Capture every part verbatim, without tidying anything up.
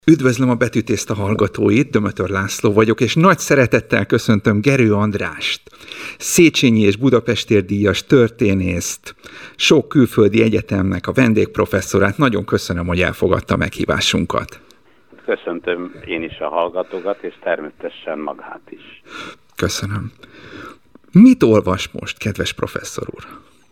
Üdvözlöm a Betűtészta hallgatóit, Dömötör László vagyok, és nagy szeretettel köszöntöm Gerő Andrást, Széchenyi és Budapestért díjas történészt, sok külföldi egyetemnek a vendégprofesszorát. Nagyon köszönöm, hogy elfogadta meghívásunkat. Köszöntöm én is a hallgatókat, és természetesen magát is. Köszönöm. Mit olvas most, kedves professzor úr?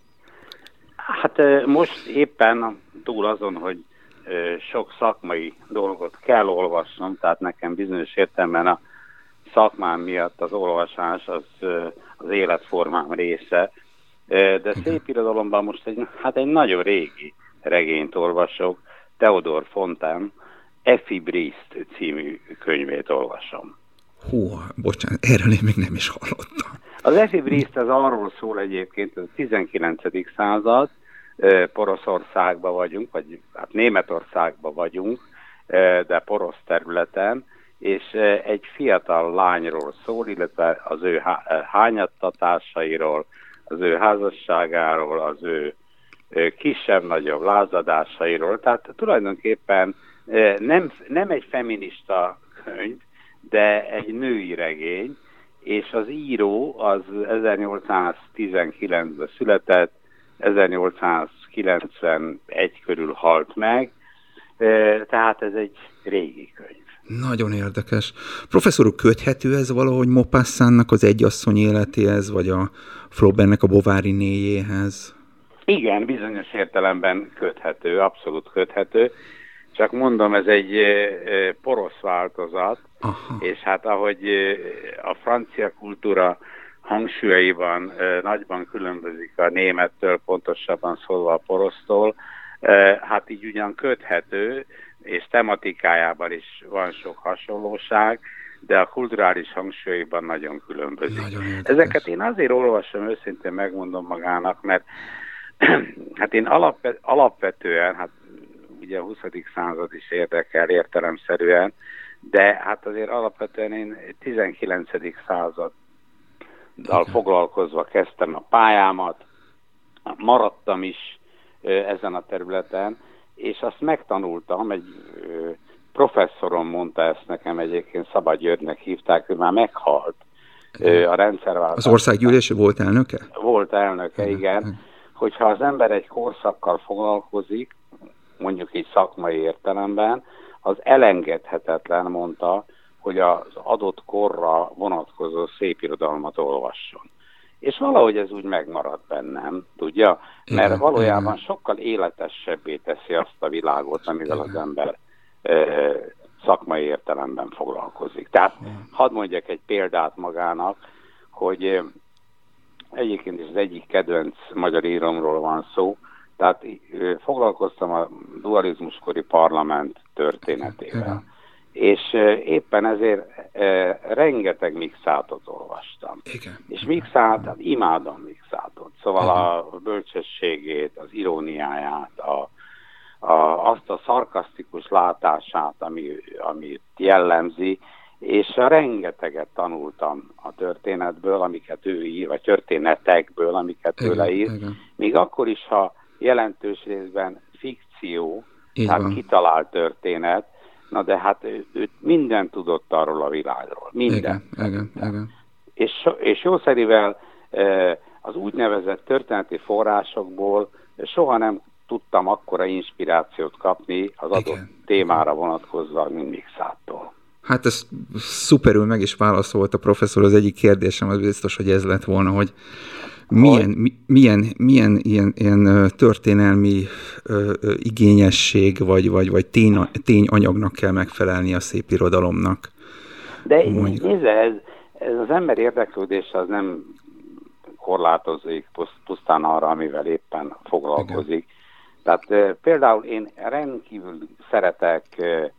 Hát most éppen túl azon, hogy sok szakmai dolgot kell olvasnom, tehát nekem bizonyos értelemben a szakmám miatt az olvasás az, az életformám része, de szép irodalomban most egy, hát egy nagyon régi regényt olvasok, Theodor Fontane Effie Briest című könyvét olvasom. Hú, bocsánat, erről én még nem is hallottam. Az Effie Briest az arról szól egyébként, ez a tizenkilencedik század, Poroszországban vagyunk, vagy hát Németországban vagyunk, de porosz területen, és egy fiatal lányról szól, illetve az ő hányattatásairól, az ő házasságáról, az ő kisebb-nagyobb lázadásairól. Tehát tulajdonképpen nem, nem egy feminista könyv, de egy női regény, és az író az ezernyolcszáztizenkilencben született, ezernyolcszázkilencvenegy körül halt meg, tehát ez egy régi könyv. Nagyon érdekes. Professzor úr, köthető ez valahogy Maupassantnak az Egyasszony életéhez, vagy a Flaubertnek a Bovary néjéhez? Igen, bizonyos értelemben köthető, abszolút köthető. Csak mondom, ez egy porosz változat, aha, és hát ahogy a francia kultúra hangsúlyaiban e, nagyban különbözik a némettől, pontosabban szólva a porosztól, e, hát így ugyan köthető, és tematikájában is van sok hasonlóság, de a kulturális hangsúlyaiban nagyon különbözik. Nagyon Ezeket én azért olvasom, őszintén megmondom magának, mert hát én alapvet, alapvetően, hát ugye a huszadik század is érdekel értelemszerűen, de hát azért alapvetően én tizenkilencedik század dal foglalkozva kezdtem a pályámat, maradtam is ö, ezen a területen, és azt megtanultam, egy ö, professzorom mondta ezt nekem, egyébként Szabad Györgynek hívták, ő már meghalt ö, a rendszerváltás. Az országgyűlés volt elnöke? Volt elnöke, igen. igen. Hogyha az ember egy korszakkal foglalkozik, mondjuk így szakmai értelemben, az elengedhetetlen, mondta, hogy az adott korra vonatkozó szépirodalmat olvasson. És valahogy ez úgy megmaradt bennem, tudja? Mert igen, valójában igen. sokkal életesebbé teszi azt a világot, amivel igen. az ember e, szakmai értelemben foglalkozik. Tehát igen. hadd mondjak egy példát magának, hogy e, egyébként is az egyik kedvenc magyar íromról van szó, tehát e, foglalkoztam a dualizmuskori parlament történetével. Igen. És uh, éppen ezért uh, rengeteg Mixátot olvastam. Igen. És Mixát, hát imádom Mixátot. Szóval igen. a bölcsességét, az iróniáját, a, a, azt a szarkasztikus látását, ami, amit jellemzi, és rengeteget tanultam a történetből, amiket ő ír, vagy történetekből, amiket igen, tőle ír. Igen. Még akkor is, ha jelentős részben fikció, így tehát van. Kitalált történet, na de hát ő, ő mindent tudott arról a világról. Minden. Igen, igen, igen. És, és jószerivel az úgynevezett történeti forrásokból soha nem tudtam akkora inspirációt kapni az adott igen. témára vonatkozva, mint Mixáttól. Hát ez szuperül meg is válaszolt a professzor, az egyik kérdésem, az biztos, hogy ez lett volna, hogy milyen, mi, milyen, milyen ilyen, ilyen történelmi ö, ö, igényesség, vagy, vagy, vagy tény, tényanyagnak kell megfelelni a szépirodalomnak. De nézze, ez, ez az ember érdeklődése az nem korlátozódik pusztán arra, amivel éppen foglalkozik. Igen. Tehát e, például én rendkívül szeretek e, e,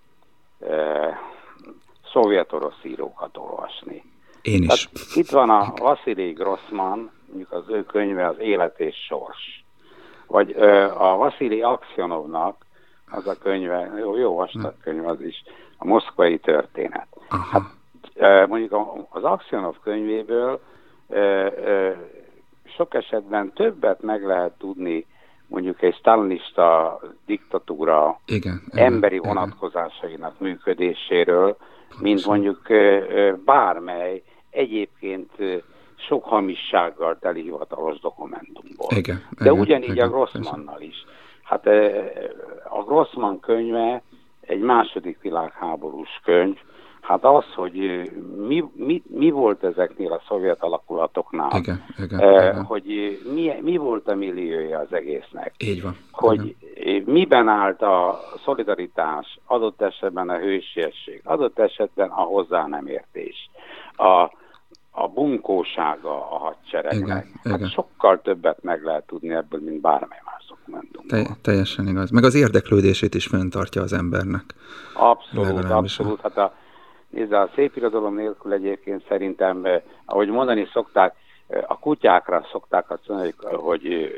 szovjet-orosz írókat olvasni. Én is. Tehát itt van a Vasilij Grossman, mondjuk az ő könyve az Élet és Sors. Vagy ö, a Vasilij Aksyonovnak az a könyve, jó, jó vastag könyv az is, a Moszkvai történet. Hát, ö, mondjuk az Aksyonov könyvéből ö, ö, sok esetben többet meg lehet tudni mondjuk egy sztálinista diktatúra igen, emberi igen, vonatkozásainak igen. működéséről, Pontosan. mint mondjuk bármely egyébként sok hamissággal teli hivatalos dokumentumból. Igen, De igen, ugyanígy igen, a Grossmannal is. Hát a Grossmann könyve egy második világháborús könyv. Hát az, hogy mi, mi, mi volt ezeknél a szovjet alakulatoknál, igen, igen, eh, igen. hogy mi, mi volt a milliója az egésznek. Így van. Hogy igen. miben állt a szolidaritás, adott esetben a hősiesség, adott esetben a hozzá nem értés, a, a bunkósága a hadseregnek. Igen, hát igen. sokkal többet meg lehet tudni ebből, mint bármely más dokumentumból. Te, teljesen igaz. Meg az érdeklődését is fenntartja az embernek. Abszolút, Legalábbis abszolút. Hát a Nézd, a szép irodalom nélkül egyébként szerintem, ahogy mondani szokták, a kutyákra szokták azt mondani, hogy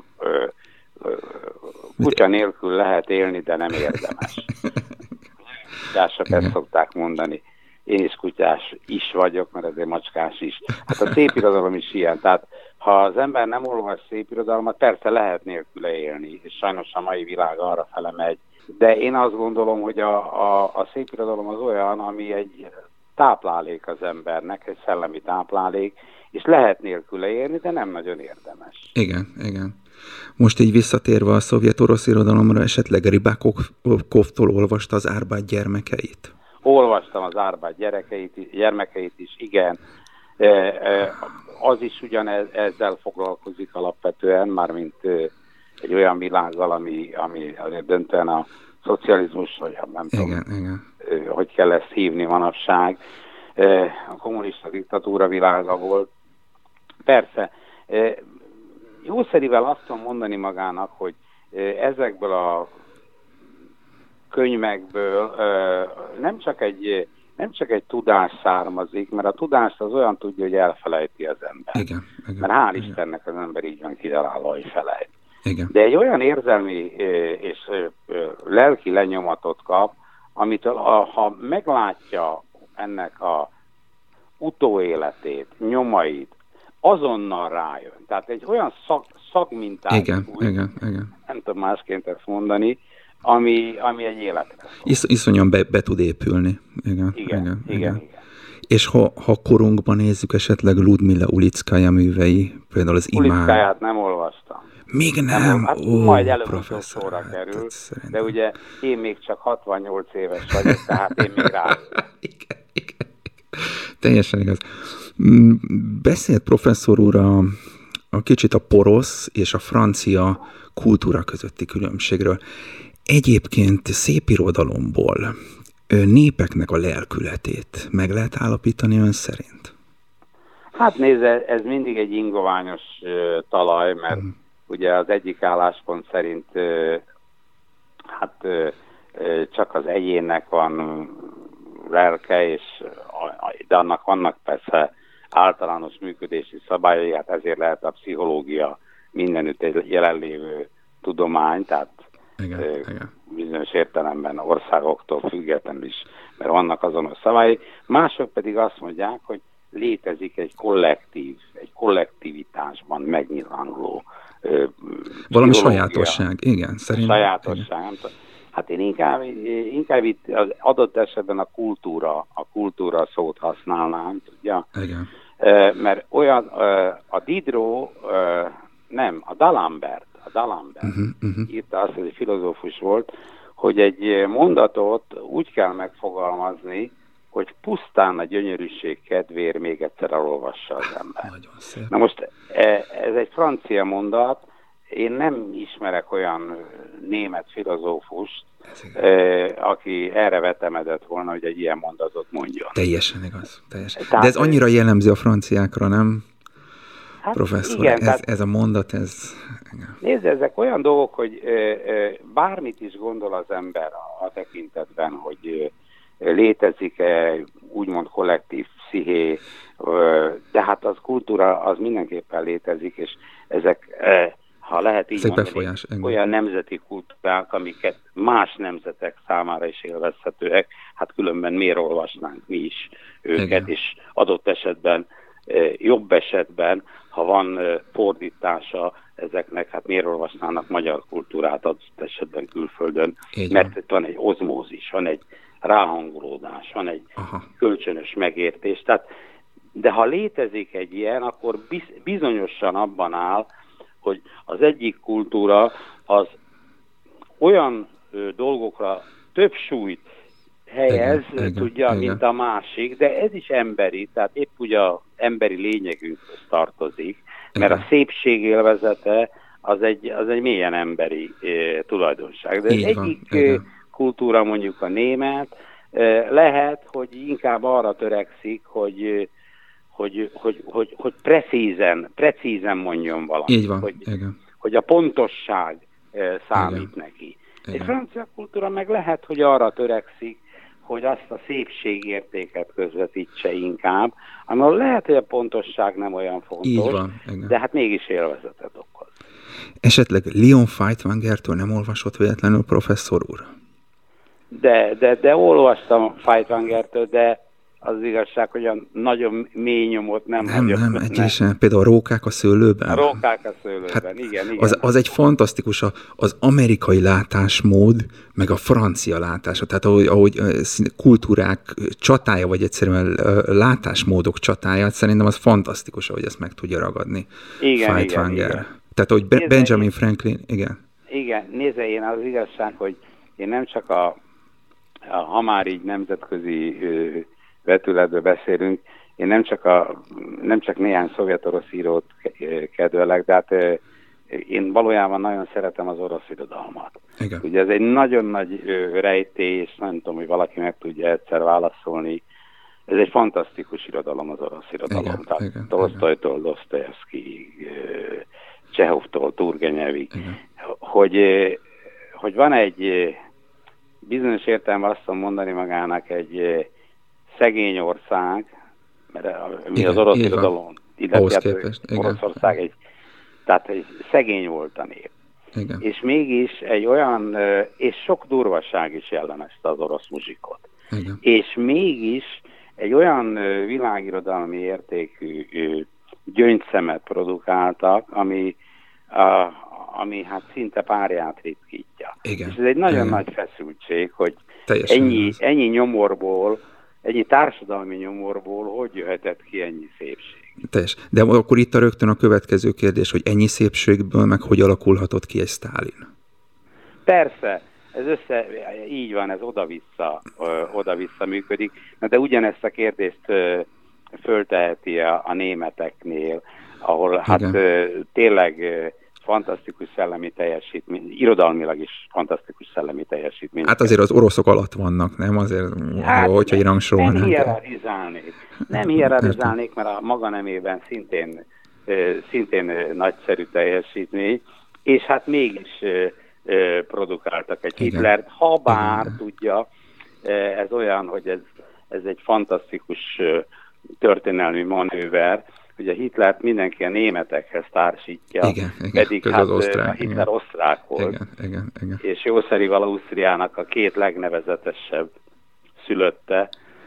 kutya nélkül lehet élni, de nem érdemes. Kutyások ezt szokták mondani. Én is kutyás is vagyok, mert ezért macskás is. Hát a szép irodalom is ilyen. Tehát ha az ember nem olvas szép irodalmat, persze lehet nélküle élni, és sajnos a mai világ arra fele megy. De én azt gondolom, hogy a, a, a szépirodalom az olyan, ami egy táplálék az embernek, egy szellemi táplálék, és lehet nélküle élni, de nem nagyon érdemes. Igen, igen. Most így visszatérve a szovjet-orosz irodalomra, esetleg Rybákovtól olvasta az Árpád gyermekeit? Olvastam az Árpád gyerekeit, gyermekeit is, igen. Az is ugyan ezzel foglalkozik alapvetően, mármint egy olyan világgal, ami, ami azért döntően a szocializmus, vagy nem igen, tudom, igen. hogy kell ezt hívni manapság, a kommunista diktatúra világa volt. Persze, jószerivel azt tudom mondani magának, hogy ezekből a könyvekből nem csak egy, nem csak egy tudás származik, mert a tudást az olyan tudja, hogy elfelejti az ember. Igen, igen, mert hál' igen. Istennek az ember így van kitalálva, hogy felejt. Igen. De egy olyan érzelmi és lelki lenyomatot kap, amitől ha meglátja ennek a utóéletét, nyomait, azonnal rájön. Tehát egy olyan szag, szagmintát, igen, úgy, igen, igen. nem tudom másként ezt mondani, ami, ami egy életre szól. Is, iszonyan be, be tud épülni. Igen, igen, igen. igen, igen. igen. És ha, ha korunkban nézzük esetleg Ludmila Ulickaja művei, például az Imán. Ulickaját nem olvastam. Még nem? nem hát Ó, majd előbb szóra hát, kerül, szerintem... de ugye én még csak hatvannyolc éves vagyok, tehát én még rá. igen, igen. Teljesen igaz. Beszélt professzor úr a, a kicsit a porosz és a francia kultúra közötti különbségről. Egyébként szépirodalomból népeknek a lelkületét meg lehet állapítani ön szerint? Hát nézze, ez mindig egy ingoványos uh, talaj, mert mm. ugye az egyik álláspont szerint uh, hát uh, uh, csak az egyénnek van lelke, és uh, de annak vannak persze általános működési szabályai, hát ezért lehet a pszichológia mindenütt egy jelenlévő tudomány, tehát igen, uh, igen. bizonyos értelemben országoktól függetlenül is, mert vannak azonos szabályai. Mások pedig azt mondják, hogy létezik egy kollektív, egy kollektivitásban megnyilvánuló ö, valami sajátosság, igen. Szerintem. Sajátosság, igen. Nem tudom. Hát én inkább, inkább itt az adott esetben a kultúra, a kultúra szót használnám, tudja? Igen. Mert olyan, a Diderot, nem, a D'Alembert, a D'Alembert uh-huh, uh-huh. írta azt, hogy egy filozófus volt, hogy egy mondatot úgy kell megfogalmazni, hogy pusztán a gyönyörűség kedvéért még egyszer elolvassa az ember. Na most ez egy francia mondat, én nem ismerek olyan német filozófust, aki erre vetemedett volna, hogy egy ilyen mondatot mondjon. Teljesen igaz. Teljesen. De ez annyira jellemző a franciákra, nem? Hát professzor, igen, ez, tehát, ez a mondat, ez... Nézd, ezek olyan dolgok, hogy bármit is gondol az ember a, a tekintetben, hogy létezik-e úgymond kollektív psziché, de hát az kultúra az mindenképpen létezik, és ezek, ha lehet így mondani, befolyás, olyan nemzeti kultúrák, amiket más nemzetek számára is élvezhetőek, hát különben miért olvasnánk mi is őket, igen. És adott esetben jobb esetben, ha van fordítása ezeknek, hát miért olvasnának magyar kultúrát adott esetben külföldön, így mert van. itt van egy ozmózis, van egy ráhangolódás, van egy Aha. kölcsönös megértés. Tehát, de ha létezik egy ilyen, akkor bizonyosan abban áll, hogy az egyik kultúra az olyan ö, dolgokra több súlyt helyez, igen, tudja, igen, mint igen. a másik, de ez is emberi, tehát épp ugye az emberi lényegünkhöz tartozik, mert igen. a szépség élvezete az egy, az egy mélyen emberi e, tulajdonság. De így egyik van, kultúra, mondjuk a német, e, lehet, hogy inkább arra törekszik, hogy hogy, hogy, hogy, hogy precízen, precízen mondjon valamit, így van, hogy, igen. hogy a pontosság e, számít igen. neki. Igen. Egy francia kultúra meg lehet, hogy arra törekszik, hogy azt a szépségértéket közvetítse inkább, amely lehet, hogy a pontosság nem olyan fontos, így van, de hát mégis élvezetet okoz. Esetleg Leon Feuchtwangertől nem olvasott véletlenül, professzor úr? De, de, de olvastam Feuchtwangertől, de az igazság, hogy a nagyon mély nyomot nem Nem, nem, egyébként például a Rókák a szőlőben. A Rókák a szőlőben, hát igen, igen. Az, az egy fantasztikus, az amerikai látásmód, meg a francia látása, tehát ahogy, ahogy kultúrák csatája, vagy egyszerűen látásmódok csatája, szerintem az fantasztikus, ahogy ezt meg tudja ragadni. Igen, igen, igen. Tehát ahogy Nézze, Benjamin én, Franklin, igen. Igen, nézze, én az igazság, hogy én nem csak a, a ha már így nemzetközi vetületből beszélünk, én nem csak, a, nem csak néhány szovjet-orosz írót kedvelek, de hát én valójában nagyon szeretem az orosz irodalmat. Igen. Ugye ez egy nagyon nagy rejtély, és nem tudom, hogy valaki meg tudja egyszer válaszolni. Ez egy fantasztikus irodalom, az orosz irodalom. Igen, Tehát igen, Tolsztojtól, Dosztojevszkijig, Csehovtól, Turgenevig, hogy, hogy van egy bizonyos értelemben azt tudom mondani magának egy szegény ország, mert mi igen, az orosz irodalom, illetve Oroszország egy, tehát egy szegény volt a nép. Igen. És mégis egy olyan, és sok durvaság is jellemezte az orosz muzsikot. Igen. És mégis egy olyan világirodalmi értékű gyöngyszemet produkáltak, ami, a, ami hát szinte párját ritkítja. Igen. És ez egy nagyon igen. nagy feszültség, hogy teljesen ennyi, ennyi nyomorból, ennyi társadalmi nyomorból hogy jöhetett ki ennyi szépség. Teljes. De akkor itt a rögtön a következő kérdés, hogy ennyi szépségből meg hogy alakulhatott ki egy Sztálin? Persze, ez össze, így van, ez oda-vissza, oda-vissza működik, de ugyanezt a kérdést fölteheti a, a németeknél, ahol hát igen. tényleg fantasztikus szellemi teljesítmény, irodalmilag is fantasztikus szellemi teljesítmény. Hát azért az oroszok alatt vannak, nem? Azért, hát hogyha egy rangsorolnánk. Nem hierarchizálnék. Nem hierarchizálnék, mert a maga nemében szintén, szintén nagyszerű teljesítmény, és hát mégis produkáltak egy igen. Hitlert, ha bár igen. tudja, ez olyan, hogy ez, ez egy fantasztikus történelmi manőver, hogy a Hitlert mindenki a németekhez társítja, igen, igen, pedig hát osztrák, a Hitler igen. osztrák volt, igen, igen, igen. és Jószerival Ausztriának a két legnevezetesebb szülötte,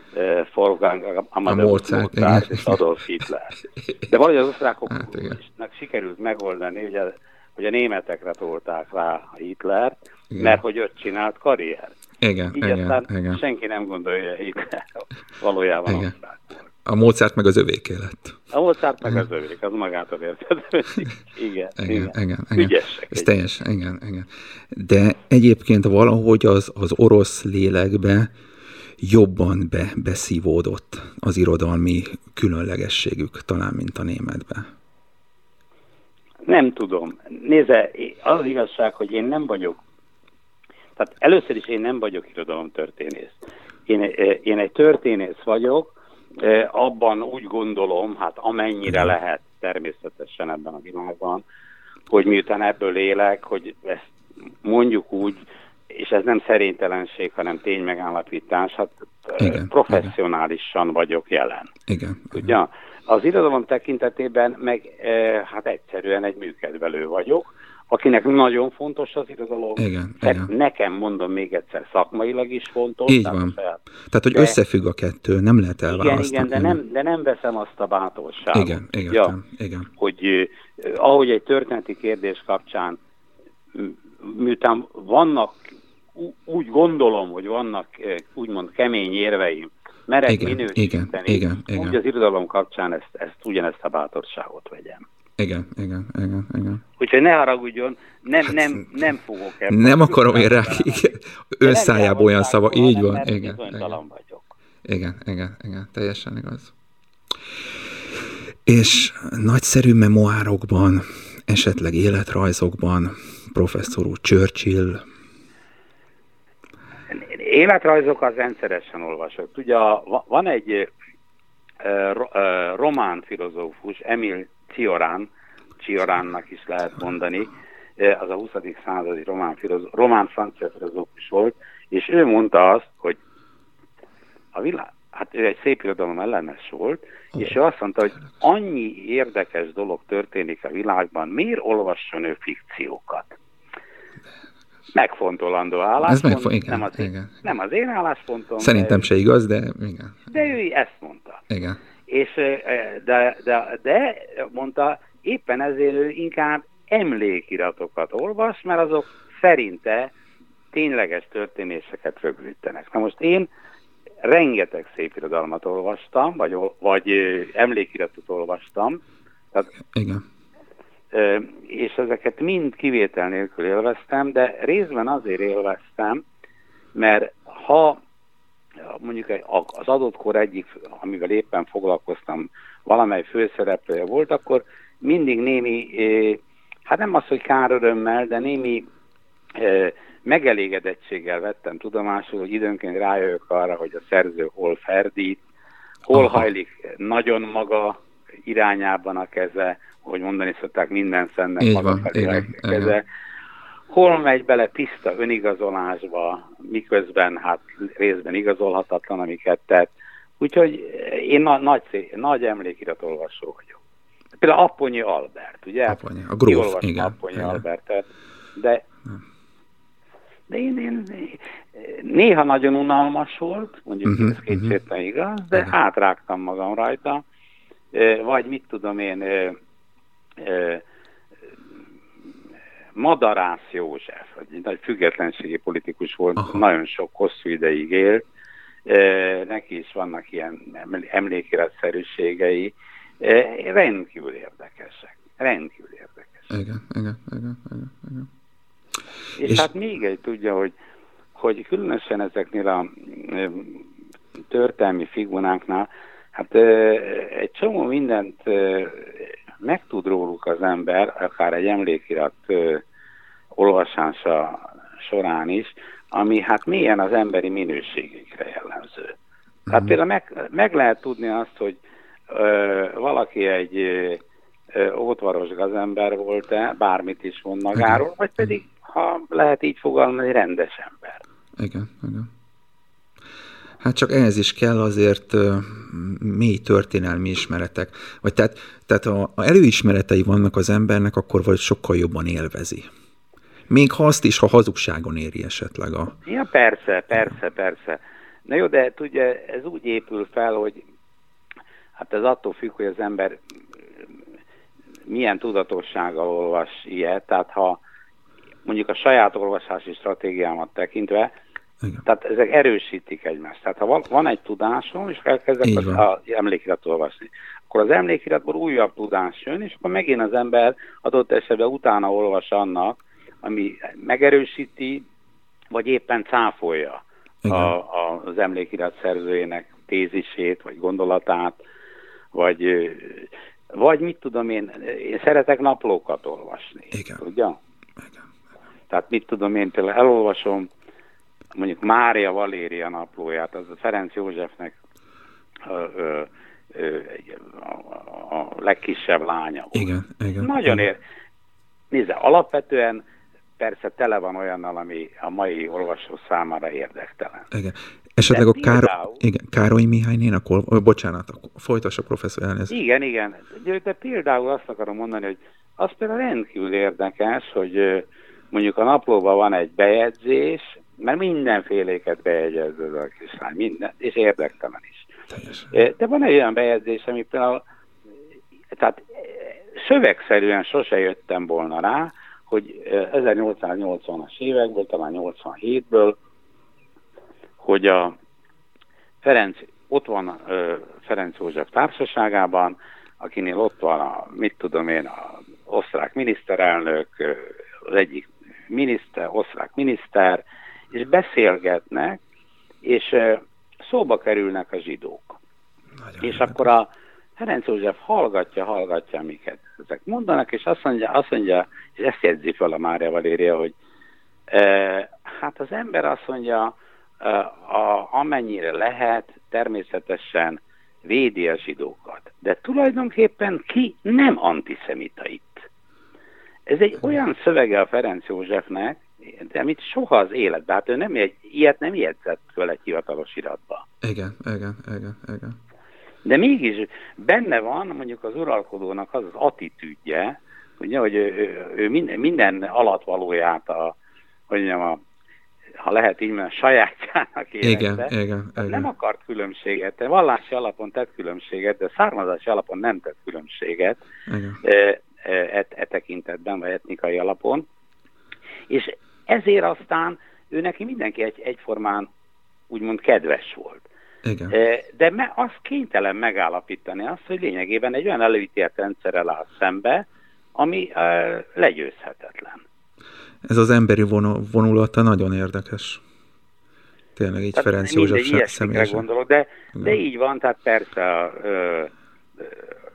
Wolfgang Amadeus Mozart és Adolf Hitler. De valahogy az osztrákoknak hát, sikerült megoldani, hogy a, hogy a németekre tolták rá a Hitlert, igen. mert hogy ott csinált karriert. Igen, Így igen, aztán igen. senki nem gondolja, hogy Hitler valójában igen. osztrák volt. A Mozart meg az övéké lett. A Mozart meg az övék, az magától értetődik. Igen, igen, igen. igen, igen. Ügyesek. Ez teljesen, igen, igen. De egyébként valahogy az, az orosz lélekbe jobban be, beszívódott az irodalmi különlegességük, talán, mint a németbe. Nem tudom. Nézze, az igazság, hogy én nem vagyok, tehát először is én nem vagyok irodalomtörténész. Én, én egy történész vagyok, abban úgy gondolom, hát amennyire lehet természetesen ebben a világban, hogy miután ebből élek, hogy ezt mondjuk úgy, és ez nem szerénytelenség, hanem ténymegállapítás, hát igen, professzionálisan igen. vagyok jelen. Igen. Ugye? Az irodalom tekintetében meg hát egyszerűen egy műkedvelő vagyok, akinek nagyon fontos az irodalom. Igen, igen. Nekem, mondom még egyszer, szakmailag is fontos. Így van. Tehát, tehát hogy de, összefügg a kettő, nem lehet elválasztani. Igen, igen, de nem, de nem veszem azt a bátorságot. Igen, igen, ja, igen. Hogy eh, ahogy egy történeti kérdés kapcsán, miután vannak, úgy gondolom, hogy vannak eh, úgymond kemény érveim, merek igen, minősíteni, igen, igen, igen. úgy az irodalom kapcsán ezt, ezt ugyanezt a bátorságot vegyem. Igen, igen, igen, igen. Úgyhogy ne haragudjon, nem, nem, nem fogok ebben. Nem akarom én rá, ön szájából olyan szava, így van. Igen, igen. Vagyok. Igen, igen, igen, teljesen igaz. És nagyszerű memoárokban, esetleg életrajzokban, professzor úr, Churchill. Életrajzokat rendszeresen olvasok. Ugye van egy román filozófus, Emil Cioran, Cioránnak is lehet mondani, az a huszadik századi román, román francia filozófus volt, és ő mondta azt, hogy a világ, hát ő egy szép irodalom ellenes volt, oh. és ő azt mondta, hogy annyi érdekes dolog történik a világban, miért olvasson ő fikciókat? Megfontolandó álláspont, megfo- igen, nem, az én, igen. nem az én álláspontom. Szerintem de se igaz, de igen. De ő ezt mondta. Igen. És de, de, de mondta, éppen ezért ő inkább emlékiratokat olvas, mert azok szerinte tényleges történéseket rögzítenek. Na most én rengeteg szép irodalmat olvastam, vagy, vagy emlékiratot olvastam. Tehát, igen. És ezeket mind kivétel nélkül élveztem, de részben azért élveztem, mert ha mondjuk az adott kor egyik, amivel éppen foglalkoztam, valamely főszereplője volt, akkor mindig némi, hát nem az, hogy kárörömmel, de némi megelégedettséggel vettem tudomásul, hogy időnként rájövök arra, hogy a szerző hol ferdít, hol Aha. hajlik nagyon maga irányában a keze, hogy mondani szokták, minden szennek így maga van, felé igen, a keze. Igen. Hol megy bele tiszta önigazolásba, miközben hát részben igazolhatatlan, amiket tett. Úgyhogy én na- nagy, szé- nagy emlékiratolvasó vagyok. Például Apponyi Albert, ugye? Apponyi, a gróf, igen. Apponyi igen. Albertet, de, de én, én néha nagyon unalmas volt, mondjuk uh-huh, ez kétségtelen uh-huh. igaz, de igen. átrágtam magam rajta. Vagy mit tudom én, Madarász József, egy nagy függetlenségi politikus volt, Aha. nagyon sok hosszú ideig élt, neki is vannak ilyen emlékiratszerűségei, rendkívül érdekesek, rendkívül érdekesek. Igen, igen, igen, igen, igen. És, és hát még egy tudja, hogy, hogy különösen ezeknél a történelmi figuráknál, hát egy csomó mindent megtud róluk az ember, akár egy emlékirat olvasása során is, ami hát mélyen az emberi minőségükre jellemző. Tehát mm. például meg, meg lehet tudni azt, hogy ö, valaki egy ö, ótvaros gazember volt-e, bármit is mond magáról, igen. vagy pedig, ha lehet így fogalmazni, egy rendes ember. Igen, igen. Hát csak ehhez is kell azért uh, mély történelmi ismeretek. Vagy tehát, tehát ha előismeretei vannak az embernek, akkor vagy sokkal jobban élvezi. Még ha azt is, ha hazugságon éri esetleg a... Ja, persze, persze, persze. Na jó, de tudja, ez úgy épül fel, hogy hát ez attól függ, hogy az ember milyen tudatossággal olvas ilyet. Tehát ha mondjuk a saját olvasási stratégiámat tekintve, igen. Tehát ezek erősítik egymást. Tehát ha van egy tudásom, és elkezdek az, az emlékirat olvasni, akkor az emlékiratból újabb tudás jön, és akkor megint az ember adott esetben utána olvas annak, ami megerősíti, vagy éppen cáfolja a, a, az emlékirat szerzőjének tézisét, vagy gondolatát, vagy, vagy mit tudom én, én szeretek naplókat olvasni. Igen. Tudja? Igen. Tehát mit tudom én, például elolvasom mondjuk Mária Valéria naplóját, az a Ferenc Józsefnek a, a, a, a legkisebb lánya volt. Igen, igen. Nagyon igen. ér. Nézze, alapvetően persze tele van olyannal, ami a mai olvasó számára érdektelen. Igen. Esetleg a Káro... igen, Károly Mihálynénak, oh, bocsánat, folytassa professzor elnézést. Igen, igen. De például azt akarom mondani, hogy az például rendkívül érdekes, hogy mondjuk a naplóban van egy bejegyzés, mert mindenféléket bejegyez ez a kislány, minden, és érdektelen is. Teljesen. De van egy olyan bejegyzés, ami például, tehát szövegszerűen sose jöttem volna rá, hogy ezernyolcszáznyolcvanas évekből, talán nyolcvanhétből, hogy a Ferenc, ott van Ferenc József társaságában, akinél ott van a, mit tudom én, az osztrák miniszterelnök, az egyik miniszter, osztrák miniszter, és beszélgetnek, és szóba kerülnek a zsidók. Nagyon és akkor a Ferenc József hallgatja, hallgatja, amiket ezek mondanak, és azt mondja, azt mondja, és ezt jegyzi fel a Mária Valéria, hogy e, hát az ember azt mondja, e, a, amennyire lehet, természetesen védi a zsidókat. De tulajdonképpen ki nem antiszemita itt. Ez egy olyan szövege a Ferenc Józsefnek, de amit soha az életben, hát ő nem, ilyet nem jegyzett föl egy hivatalos iratba. Igen, igen, igen, igen. De mégis benne van mondjuk az uralkodónak az az attitűdje, ugye, hogy ő, ő, ő minden, minden alatvalóját a, hogy mondjam, a, ha lehet így mondani, a sajátjának érezte. Igen, igen, igen. Nem akart különbséget, de vallási alapon tett különbséget, de származási alapon nem tett különbséget e, e, e tekintetben, vagy etnikai alapon. És ezért aztán ő neki mindenki egy, egyformán úgymond kedves volt. Igen. De me, az kénytelen megállapítani azt, hogy lényegében egy olyan előítélt rendszerrel áll szembe, ami uh, legyőzhetetlen. Ez az emberi vonulata nagyon érdekes. Tényleg így tehát Ferenc József személyesen. Gondolok, de, de így van, tehát persze ö, ö,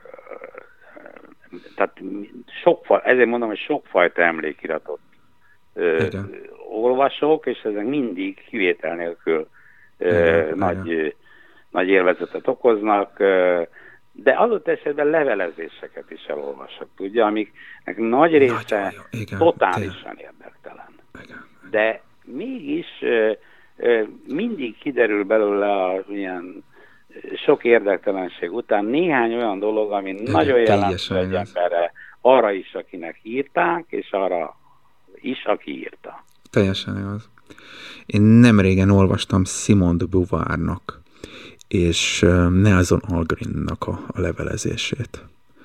tehát sokfa, ezért mondom, hogy sokfajta emlékiratot ö, olvasok, és ezek mindig kivétel nélkül ö, nagy, ö, nagy élvezetet okoznak, ö, de adott esetben levelezéseket is elolvasok, tudja, amiknek nagy része igen, totálisan tényleg érdektelen. Igen. De mégis ö, ö, mindig kiderül belőle a ilyen sok érdektelenség után néhány olyan dolog, ami igen, nagyon jelentős egy emberre, arra is, akinek írták, és arra is, aki írta. Teljesen igaz. Én nem régen olvastam Simone de Beauvoirnak és Nelson Algrennak a, a levelezését.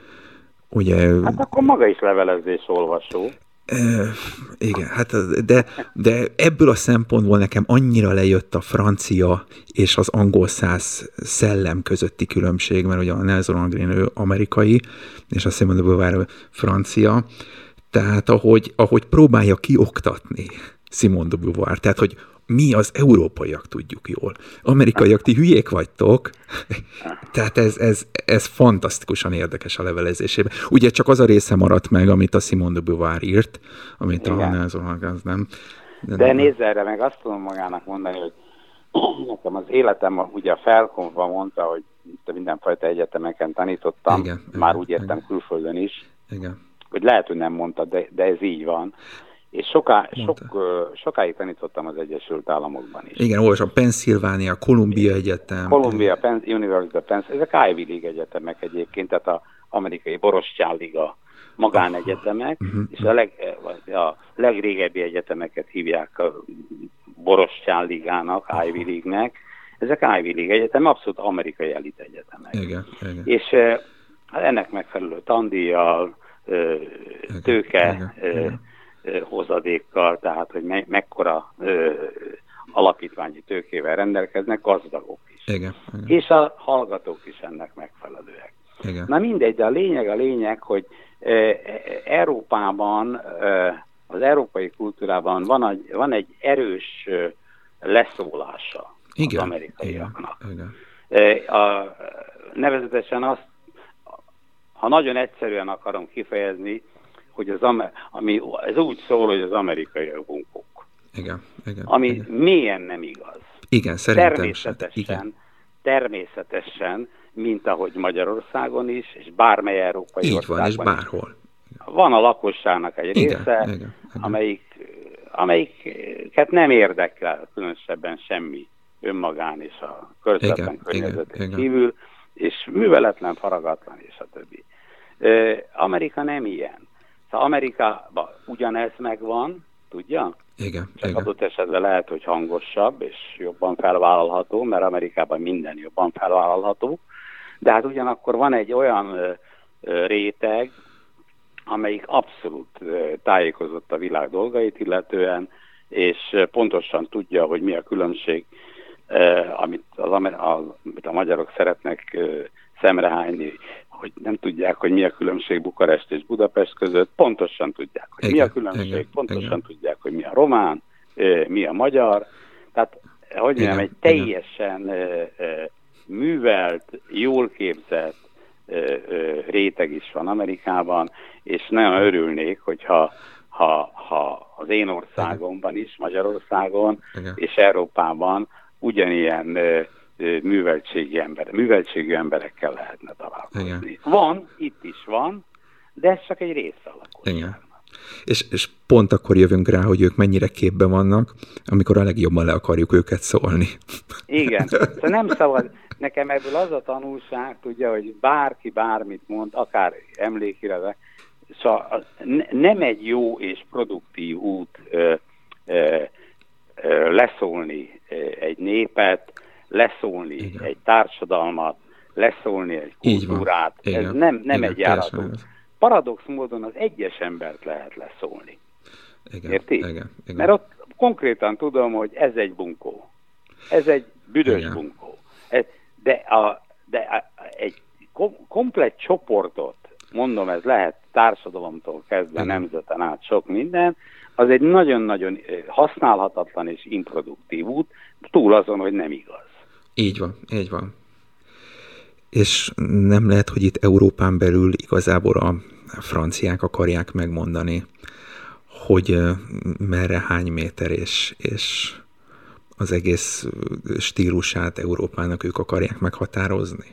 Ugye, hát akkor maga is levelezés olvasó. E, igen, hát de, de ebből a szempontból nekem annyira lejött a francia és az angol száz szellem közötti különbség, mert ugye a Nelson Algren ő amerikai, és a Simone de Beauvoir francia, tehát ahogy, ahogy próbálja kioktatni Simone de Beauvoir, tehát hogy mi az európaiak tudjuk jól. Amerikaiak, ti hülyék vagytok. Tehát ez, ez, ez fantasztikusan érdekes a levelezésében. Ugye csak az a része maradt meg, amit a Simone de Beauvoir írt, amit igen, a Nelson Algren nem. De, de nézz erre, meg azt tudom magának mondani, hogy nekem az életem ugye a Felkonfban mondta, hogy mindenfajta egyetemeken tanítottam, igen, már igen, úgy értem igen, külföldön is, igen, hogy lehet, hogy nem mondta, de, de ez így van. És soká, sok, sokáig tanítottam az Egyesült Államokban is. Igen, olvasom, Pennsylvania, Columbia Egyetem. Columbia, Penn, University of Pennsylvania, ezek Ivy League egyetemek egyébként, tehát az amerikai Borostyán Liga magánegyetemek, uh, uh-huh, és a, leg, a legrégebbi egyetemeket hívják a Borostyán Ligának, uh-huh, Ivy League-nek. Ezek Ivy League egyetem, abszolút amerikai elit egyetemek. Igen, igen. És hát ennek megfelelő tandíjjal, tőke, igen, igen, hozadékkal, tehát hogy me- mekkora ö, alapítványi tőkével rendelkeznek, gazdagok is. Igen, igen. És a hallgatók is ennek megfelelőek. Igen. Na mindegy, de a lényeg a lényeg, hogy ö, Európában, ö, az európai kultúrában van egy, van egy erős ö, leszólása igen, az amerikaiaknak. Igen, igen. A, nevezetesen azt, ha nagyon egyszerűen akarom kifejezni, hogy az ami, ez úgy szól, hogy az amerikaiak bunkók. Igen, igen. Ami igen, mélyen nem igaz. Igen, szerintem természetesen, igen, természetesen, mint ahogy Magyarországon is, és bármely európai így országban van, és bárhol. Van a lakosságnak egy része, igen, igen, igen, amelyik, amelyiket nem érdekel különösebben semmi önmagán és a közvetlen környezetén kívül, és műveletlen, faragatlan, és a többi. Amerika nem ilyen. Szóval Amerikában ugyanez megvan, tudja? Igen. Csak igen. adott esetben lehet, hogy hangosabb és jobban felvállalható, mert Amerikában minden jobban felvállalható. De hát ugyanakkor van egy olyan ö, ö, réteg, amelyik abszolút ö, tájékozott a világ dolgait illetően, és ö, pontosan tudja, hogy mi a különbség, ö, amit, az, az, amit a magyarok szeretnek ö, szemrehányni, hogy nem tudják, hogy mi a különbség Bukarest és Budapest között, pontosan tudják, hogy igen, mi a különbség, igen, pontosan igen. tudják, hogy mi a román, ö, mi a magyar. Tehát, hogy mondjam, egy teljesen ö, ö, művelt, jól képzett ö, ö, réteg is van Amerikában, és nagyon örülnék, hogyha ha, ha az én országomban is, Magyarországon igen. és Európában ugyanilyen ö, ö, műveltségi, ember, műveltségű emberekkel lehetne találkozni. Igen. Van, itt is van, de ez csak egy része a lakosságnak. És, és pont akkor jövünk rá, hogy ők mennyire képben vannak, amikor a legjobban le akarjuk őket szólni. Igen, szóval nem szabad, nekem ebből az a tanulság, tudja, hogy bárki bármit mond, akár emlékire, szóval nem egy jó és produktív út ö, ö, ö, leszólni egy népet, leszólni igen. egy társadalmat, leszólni egy kultúrát. Ez nem, nem igen, egy járató. Paradox módon az egyes embert lehet leszólni. Igen, érti? Igen, igen. Mert ott konkrétan tudom, hogy ez egy bunkó. Ez egy büdös igen. bunkó. Ez, de a, de a, egy kom, komplett csoportot, mondom, ez lehet társadalomtól kezdve igen. nemzeten át sok minden, az egy nagyon-nagyon használhatatlan és improduktív út, túl azon, hogy nem igaz. Így van, így van. És nem lehet, hogy itt Európán belül igazából a franciák akarják megmondani, hogy merre hány méter, és, és az egész stílusát Európának ők akarják meghatározni?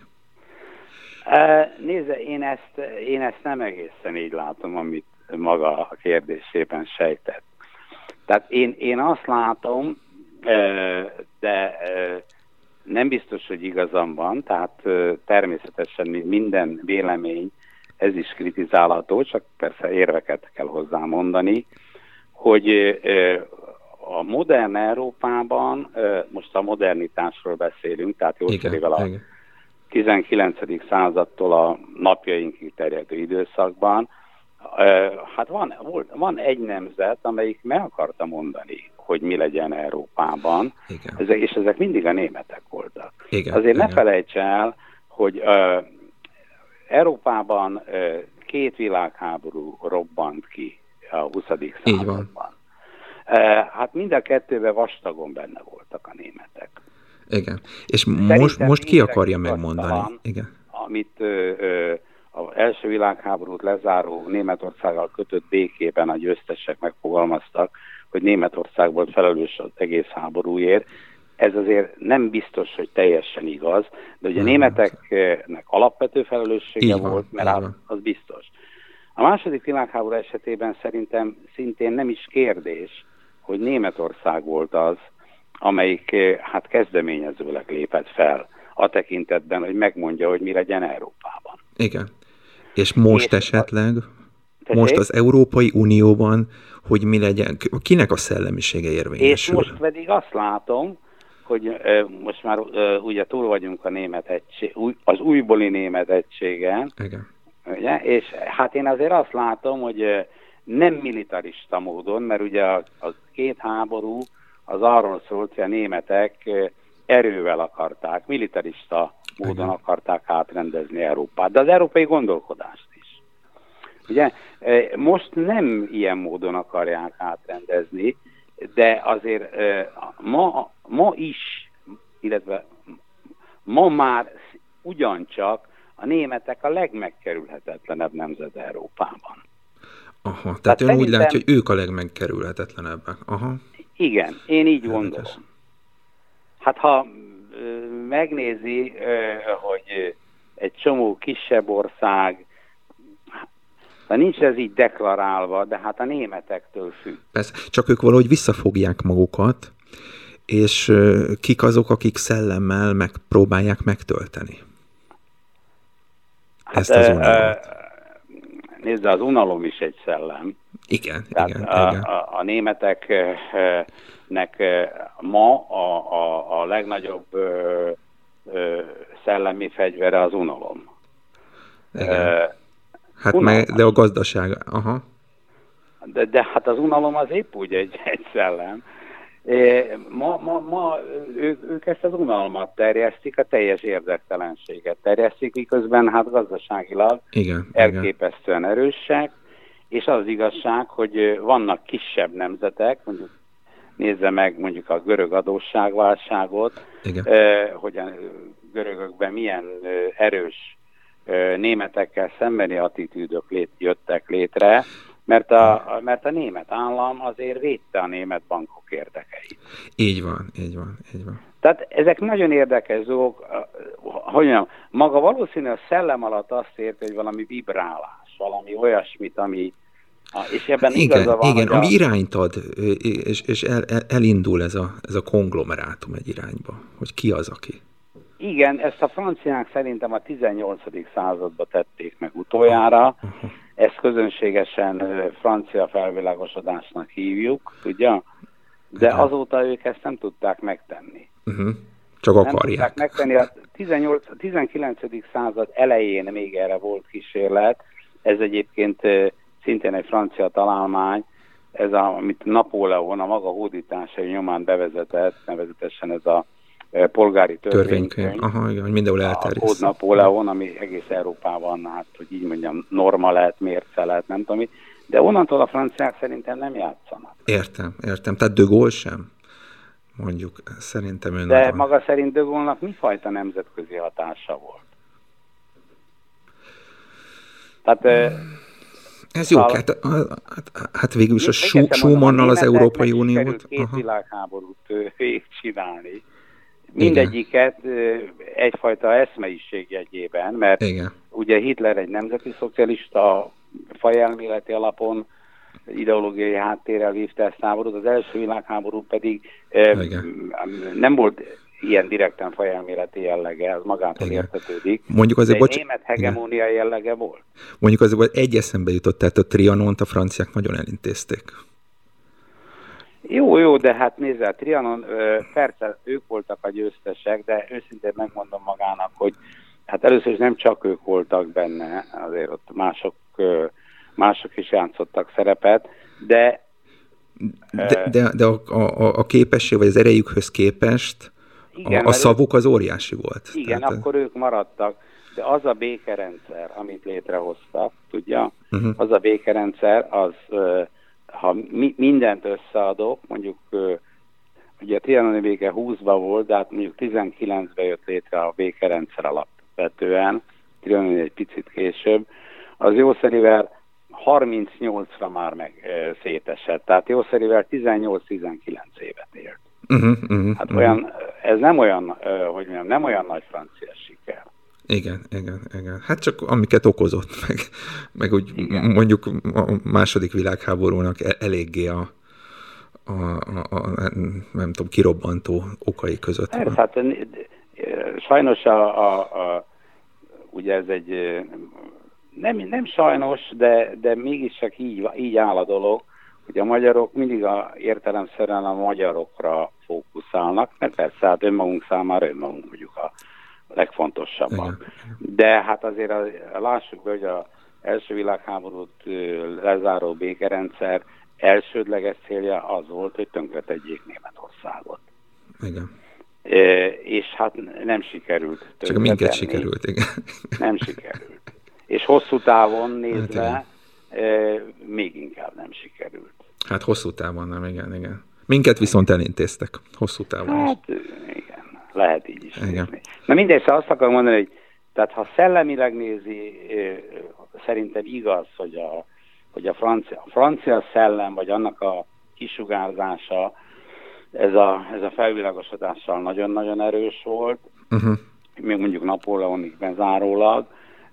Nézze, én ezt, én ezt nem egészen így látom, amit maga a kérdésében sejtett. Tehát én, én azt látom, de nem biztos, hogy igazam van, tehát természetesen minden vélemény, ez is kritizálható, csak persze érveket kell hozzá mondani, hogy a modern Európában, most a modernitásról beszélünk, tehát jószerével a tizenkilencedik századtól a napjainkig terjedő időszakban, hát van, van egy nemzet, amelyik meg akarta mondani, hogy mi legyen Európában, ezek, és ezek mindig a németek voltak. Igen, Azért igen. ne felejts el, hogy uh, Európában uh, két világháború robbant ki a huszadik században. Uh, hát mind a kettőben vastagon benne voltak a németek. Igen, és most, most ki akarja megmondani? Igen. Amit uh, uh, az első világháborút lezáró Németországgal kötött békében a győztesek megfogalmaztak, hogy Németország volt felelős az egész háborúért. Ez azért nem biztos, hogy teljesen igaz, de ugye a németeknek alapvető felelőssége van, volt, mert az, az biztos. A második világháború esetében szerintem szintén nem is kérdés, hogy Németország volt az, amelyik hát kezdeményezőleg lépett fel a tekintetben, hogy megmondja, hogy mi legyen Európában. Igen. És most és esetleg, a... most az Európai Unióban, hogy mi legyen, kinek a szellemisége érvényesül? És most pedig azt látom, hogy uh, most már uh, ugye túl vagyunk a német egység, új, az újbóli német egységen, igen. Ugye? És hát én azért azt látom, hogy uh, nem militarista módon, mert ugye a, a két háború az arról szólt, hogy a németek uh, erővel akarták, militarista módon igen. akarták átrendezni Európát, de az európai gondolkodást is. Ugye, most nem ilyen módon akarják átrendezni, de azért ma, ma is, illetve ma már ugyancsak a németek a legmegkerülhetetlenebb nemzet Európában. Aha, tehát, tehát ön szerintem... úgy látja, hogy ők a legmegkerülhetetlenebbek. Aha. Igen, én így Érdekes. gondolom. Hát ha megnézi, hogy egy csomó kisebb ország, de nincs ez így deklarálva, de hát a németektől függ. Persze, csak ők valahogy visszafogják magukat, és kik azok, akik szellemmel megpróbálják megtölteni hát, ezt az uniót? nézd, az unalom is egy szellem. Igen, Tehát igen, a, igen. A, a németeknek ma a, a, a legnagyobb ö, ö, szellemi fegyvere az unalom. Igen. Hát meg, de a gazdaság, aha. De, de hát az unalom az épp úgy egy, egy szellem. Ma, ma, ma ők, ők ezt az unalmat terjesztik, a teljes érdektelenséget terjesztik, miközben hát gazdaságilag igen, elképesztően igen. erősek, és az igazság, hogy vannak kisebb nemzetek, mondjuk nézze meg mondjuk a görög adósságválságot, eh, hogy a görögökben milyen erős eh, németekkel szembeni attitűdök lét, jöttek létre, mert a, mert a német állam azért védte a német bankok érdekeit. Így van, így van, így van. Tehát ezek nagyon érdekes dolgok, hogy mondjam, maga valószínűleg a szellem alatt azt érti, hogy valami vibrálás, valami olyasmit, ami, és ebben igen, igaza van, igen, ami a... irányt ad, és, és el, el, elindul ez a, ez a konglomerátum egy irányba, hogy ki az, aki. Igen, ezt a franciák szerintem a tizennyolcadik században tették meg utoljára, uh-huh. Ezt közönségesen francia felvilágosodásnak hívjuk, tudja? De igen. Azóta ők ezt nem tudták megtenni. Uh-huh. Csak nem akarják. tudták megtenni. A tizennyolc, tizenkilencedik század elején még erre volt kísérlet. Ez egyébként szintén egy francia találmány, ez a, amit Napóleon a maga hódításai nyomán bevezetett, nevezetesen ez a polgári törvénykönyv. Aha, igen, mindenhol elterjesztett. A Kód Napóleon, ami egész Európában, hát, hogy így mondjam, norma lehet, mérce lehet, nem tudom, de onnantól a franciák szerintem nem játszanak. Értem, értem. Tehát de Gaulle sem? Mondjuk, szerintem ő De nagyon... maga szerint de Gaulle-nak mifajta nemzetközi hatása volt? Tehát... Ez jó, hát, hát, hát végül is a Schumannal az Európai Uniót... Sikerült két világháborút végigcsinálni. Mindegyiket egyfajta eszmeiség jegyében, mert igen. Ugye Hitler egy nemzeti szocialista fajelméleti alapon ideológiai háttérrel vívta ezt a háborút, az első világháború pedig igen. nem volt ilyen direkten fajelméleti jellege, az magától igen. értetődik, mondjuk azért, de egy bocs... német hegemónia igen. jellege volt. Mondjuk azért egy eszembe jutott, tehát a Trianont a franciák nagyon elintézték. Jó, jó, de hát nézze, a Trianon, persze ők voltak a győztesek, de őszintén megmondom magának, hogy hát először is nem csak ők voltak benne, azért ott mások, mások is játszottak szerepet, de... De, de, de a, a, a képesség, vagy az erejükhöz képest igen, a, a szavuk az óriási volt. Igen, tehát... akkor ők maradtak, de az a békerendszer, amit létrehoztak, tudja, uh-huh. az a békerendszer, az... ha mi, mindent összeadok, mondjuk ugye a trianoni béke húszban volt, de hát mondjuk tizenkilencben jött létre a békerendszer alapvetően, Trianon egy picit később, az jószerivel harmincnyolcra már meg e, szétesett, tehát jószerivel tizennyolc-tizenkilenc évet élt. Uh-huh, uh-huh, hát olyan, uh-huh. ez nem olyan, uh, hogy mondjam, nem olyan nagy francia siker. Igen, igen, igen. Hát csak amiket okozott, meg, meg úgy igen. mondjuk a második világháborúnak eléggé a, a, a, a nem tudom, kirobbantó okai között. Persze, hát sajnos a, a, a, ugye ez egy, nem, nem sajnos, de, de mégiscsak így, így áll a dolog, hogy a magyarok mindig a, értelemszerűen a magyarokra fókuszálnak, mert persze hát önmagunk számára önmagunk mondjuk a legfontosabbak. De hát azért a, lássuk be, hogy az első világháborút lezáró békerendszer elsődleges célja az volt, hogy tönkretegyék Németországot. Igen. E, és hát nem sikerült. Csak minket sikerült, igen. Nem sikerült. És hosszú távon nézve hát e, még inkább nem sikerült. Hát hosszú távon nem, igen, igen. Minket viszont elintéztek, hosszú távon hát, is. Igen. Lehet így is nézni. Na mindegy, szóval azt akarom mondani, hogy tehát ha szellemileg nézi, szerintem igaz, hogy a, hogy a francia, a francia szellem, vagy annak a kisugárzása, ez a, ez a felvilágosodással nagyon-nagyon erős volt, uh-huh. még mondjuk Napóleonig bezárólag,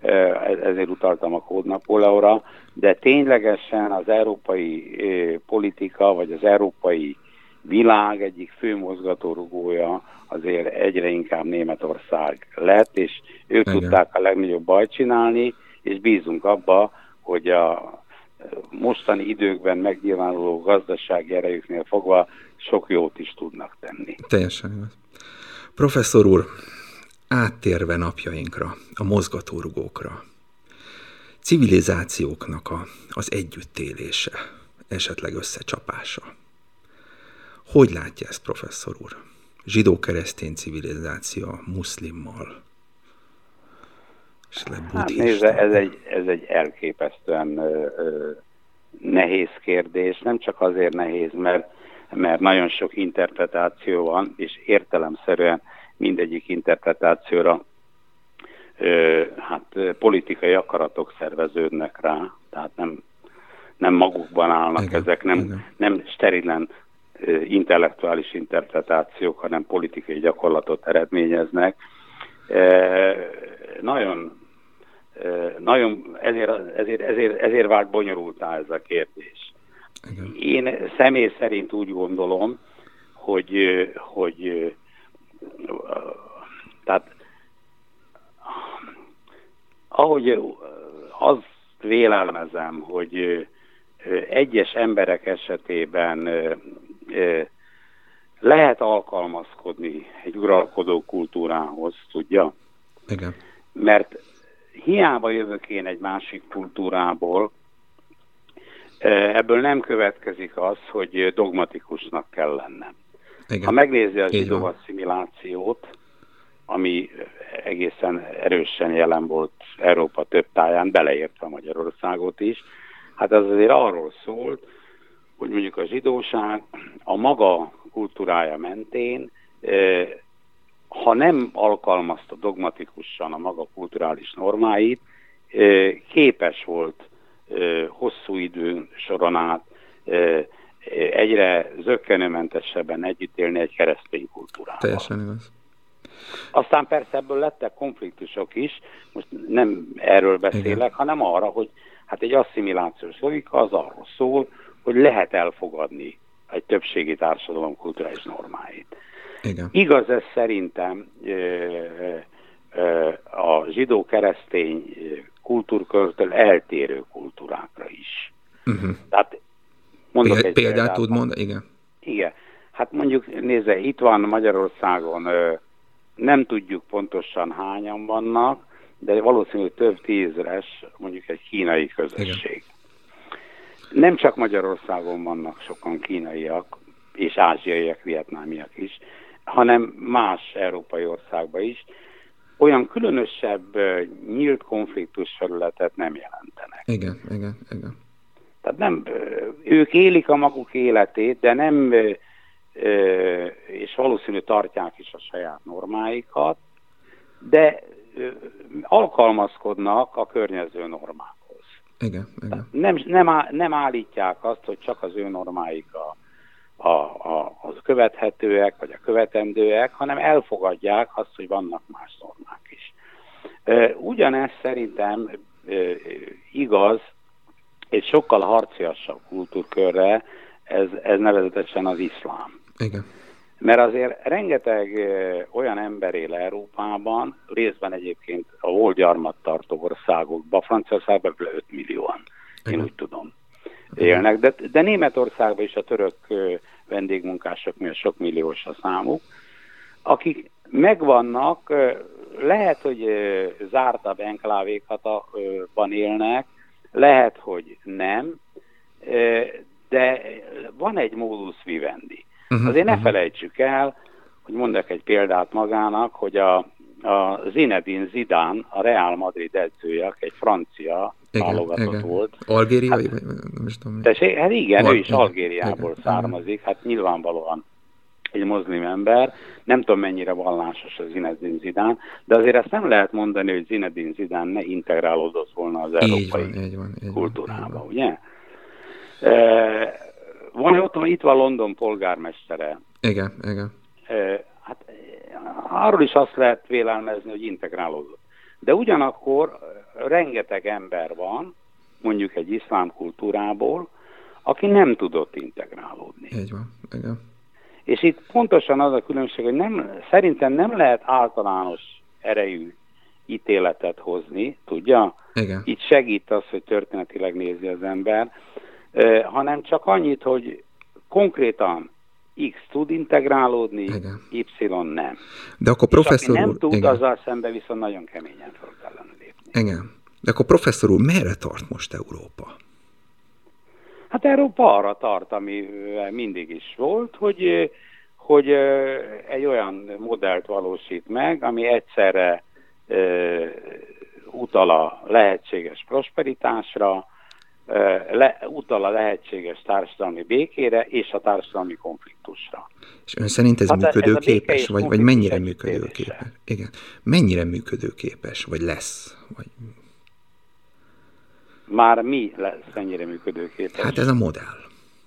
ezért utaltam a Kód Napóleonra, de ténylegesen az európai politika, vagy az európai világ egyik fő mozgatórugója azért egyre inkább Németország lett, és ők Igen. tudták a legnagyobb bajt csinálni, és bízunk abba, hogy a mostani időkben megnyilvánuló gazdasági erejüknél fogva sok jót is tudnak tenni. Teljesen igaz. Professzor úr, áttérve napjainkra, a mozgatórugókra, civilizációknak a, az együttélése, esetleg összecsapása. Hogy látja ezt, professzor úr? Zsidó-keresztény civilizáció muszlimmal. Hát nézze, ez egy, ez egy elképesztően ö, ö, nehéz kérdés. Nem csak azért nehéz, mert, mert nagyon sok interpretáció van, és értelemszerűen mindegyik interpretációra ö, hát politikai akaratok szerveződnek rá. Tehát nem, nem magukban állnak igen, ezek, nem, nem sterilen ö, intellektuális interpretációk, hanem politikai gyakorlatot eredményeznek. E, nagyon, e, nagyon ezért, ezért, ezért, ezért vált bonyolultá ez a kérdés. Igen. Én személy szerint úgy gondolom, hogy, hogy tehát ahogy azt vélelmezem, hogy egyes emberek esetében lehet alkalmazkodni egy uralkodó kultúrához, tudja? Igen. Mert hiába jövök én egy másik kultúrából, ebből nem következik az, hogy dogmatikusnak kell lennem. Igen. Ha megnézi a zsidó asszimilációt, ami egészen erősen jelen volt Európa több táján, beleértve Magyarországot is, hát az azért arról szólt, hogy mondjuk a zsidóság a maga kultúrája mentén, ha nem alkalmazta dogmatikusan a maga kulturális normáit, képes volt hosszú idő soron át egyre zökkenőmentesebben együtt élni egy keresztény kultúrával. Teljesen igaz. Aztán persze ebből lettek konfliktusok is, most nem erről beszélek, igen, hanem arra, hogy hát egy asszimilációs logika az arról szól, hogy lehet elfogadni egy többségi társadalom kulturális normáit. Igen. Igaz ez szerintem a zsidó-keresztény kultúrkörtől eltérő kultúrákra is. Uh-huh. Tehát mondok egy példát, példát tud mondani? Igen. Igen. Hát mondjuk nézze, itt van Magyarországon, nem tudjuk pontosan hányan vannak, de valószínűleg több tízres, mondjuk egy kínai közösség. Igen. Nem csak Magyarországon vannak sokan kínaiak, és ázsiaiak, vietnámiak is, hanem más európai országban is. Olyan különösebb nyílt konfliktus felületet nem jelentenek. Igen, igen, igen. Tehát nem, ők élik a maguk életét, de nem, és valószínű tartják is a saját normáikat, de alkalmazkodnak a környező normákhoz. Igen, igen. Nem, nem, á, nem állítják azt, hogy csak az ő normáik a, a, a, az követhetőek, vagy a követendőek, hanem elfogadják azt, hogy vannak más normák is. Ugyanez szerintem igaz egy sokkal harciasabb kultúrkörre, ez, ez nevezetesen az iszlám. Igen. Mert azért rengeteg olyan ember él Európában, részben egyébként a volt gyarmattartó országokban, Franciaországban öt millióan, én úgy tudom, élnek, de, de Németországban is a török vendégmunkások miatt sok milliós a számuk, akik megvannak, lehet, hogy zártabb enklávékban élnek, lehet, hogy nem, de van egy modus vivendi. Uh-huh, Azért ne uh-huh. felejtsük el, hogy mondok egy példát magának, hogy a, a Zinedine Zidane, a Real Madrid edzője, egy francia válogatott volt. Algériai? Hát, vagy nem is tudom. Tessék, hát igen, Al- ő is Algériából igen, származik, hát nyilvánvalóan egy moszlim ember, nem tudom mennyire vallásos a Zinedine Zidane, de azért ezt nem lehet mondani, hogy Zinedine Zidane ne integrálódott volna az európai így van, így van, így kultúrába, van, ugye? E, van ott, itt van London polgármestere. Igen, igen. E, hát arról is azt lehet vélelmezni, hogy integrálódott. De ugyanakkor rengeteg ember van, mondjuk egy iszlám kultúrából, aki nem tudott integrálódni. Így van, igen. És itt pontosan az a különbség, hogy nem, szerintem nem lehet általános erejű ítéletet hozni, tudja? Igen. Itt segít az, hogy történetileg nézi az ember, uh, hanem csak annyit, hogy konkrétan X tud integrálódni, igen. Y nem. De akkor professzor úr... úr... nem tud, igen. azzal szemben viszont nagyon keményen fel kellene lépni. Igen. De akkor professzor úr, merre tart most Európa? Hát Európa arra tart, ami mindig is volt, hogy, hogy egy olyan modellt valósít meg, ami egyszerre uh, utal a lehetséges prosperitásra, Le, utal a lehetséges társadalmi békére és a társadalmi konfliktusra. És ön szerint ez hát működőképes, ez vagy, vagy mennyire működőképes? Igen. Mennyire működőképes, vagy lesz? Vagy... Már mi lesz ennyire működőképes? Hát ez a modell.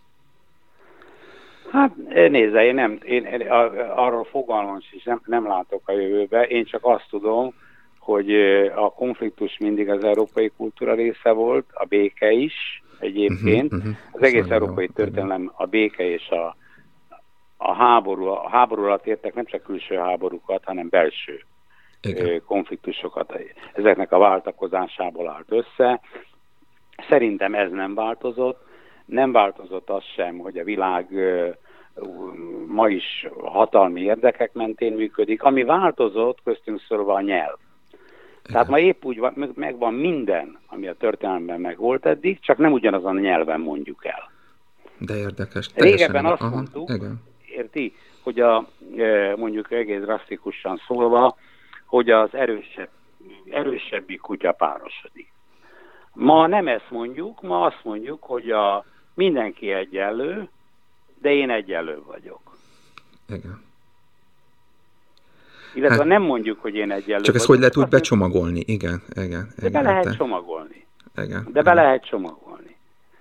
Hát nézze, én, nem, én arról fogalmam is nem, nem látok a jövőbe, én csak azt tudom, hogy a konfliktus mindig az európai kultúra része volt, a béke is egyébként. Uh-huh, uh-huh. Az egész szóval európai jó, történelem a béke és a, a háború. A háború alatt értek nem csak külső háborúkat, hanem belső igen. konfliktusokat. Ezeknek a váltakozásából állt össze. Szerintem ez nem változott. Nem változott az sem, hogy a világ ma is hatalmi érdekek mentén működik. Ami változott, köztünk szólva a nyelv. Tehát ma épp úgy van, megvan minden, ami a történelemben megvolt eddig, csak nem ugyanazon a nyelven mondjuk el. De érdekes. Régebben azt aha, mondtuk, igen. érti, hogy a, mondjuk egész drasztikusan szólva, hogy az erősebb, erősebbik kutya párosodik. Ma nem ezt mondjuk, ma azt mondjuk, hogy a mindenki egyenlő, de én egyenlő vagyok. Igen. Illetve hát, nem mondjuk, hogy én egyenlő csak ezt hogy lehet úgy becsomagolni, igen, igen. De igen, be lehet te... csomagolni. Igen, de be igen. lehet csomagolni.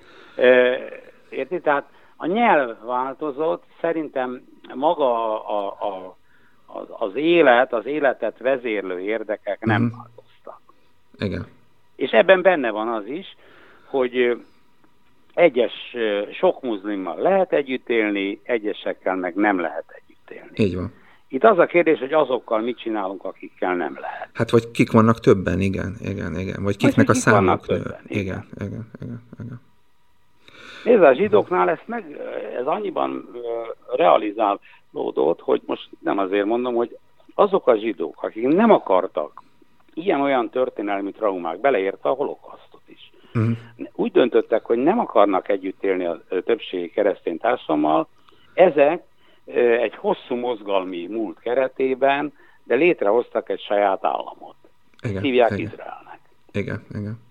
Érti? Tehát a nyelv változott, szerintem maga a, a, a, az élet, az életet vezérlő érdekek nem uh-huh. változtak. Igen. És ebben benne van az is, hogy egyes, sok muzlimmal lehet együtt élni, egyesekkel meg nem lehet együtt élni. Így van. Itt az a kérdés, hogy azokkal mit csinálunk, akikkel nem lehet. Hát vagy kik vannak többen, igen, igen, igen. Vagy kiknek vagy a kik számok nő. Igen, igen, igen, igen, igen. Nézd, a zsidóknál ezt meg, ez annyiban realizálódott, hogy most nem azért mondom, hogy azok a zsidók, akik nem akartak ilyen-olyan történelmi traumák, beleértve a holokausztot is, uh-huh. úgy döntöttek, hogy nem akarnak együtt élni a többségi keresztény társadalommal, ezek egy hosszú mozgalmi múlt keretében, de létrehoztak egy saját államot. Igen, hívják igen. Izraelnek. Igen, igen.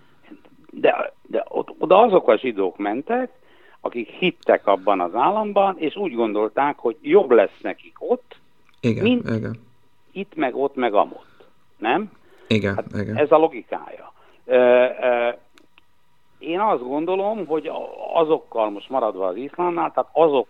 De, de oda azok a zsidók mentek, akik hittek abban az államban, és úgy gondolták, hogy jobb lesz nekik ott, igen, mint igen. itt, meg ott, meg amott. Nem? Igen, hát igen. Ez a logikája. Én azt gondolom, hogy azokkal most maradva az iszlámnál, tehát azok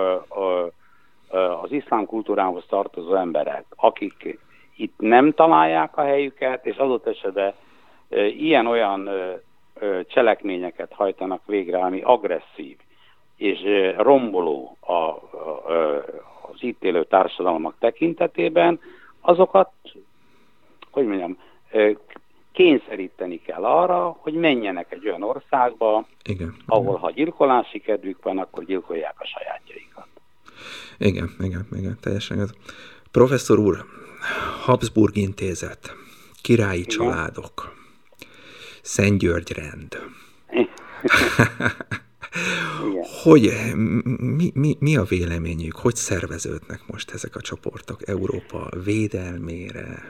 az iszlám kultúrához tartozó emberek, akik itt nem találják a helyüket, és adott esetben ilyen-olyan cselekményeket hajtanak végre, ami agresszív és romboló a, a, az itt élő társadalmak tekintetében, azokat, hogy mondjam, kényszeríteni kell arra, hogy menjenek egy olyan országba, igen, ahol igen. ha gyilkolási kedvük van, akkor gyilkolják a sajátjaikat. Igen, igen, igen, teljesen ez. Professzor úr, Habsburg Intézet, királyi igen. családok, Szent György rend. Hogy, mi, mi, mi a véleményük? Hogy szerveződnek most ezek a csoportok Európa védelmére?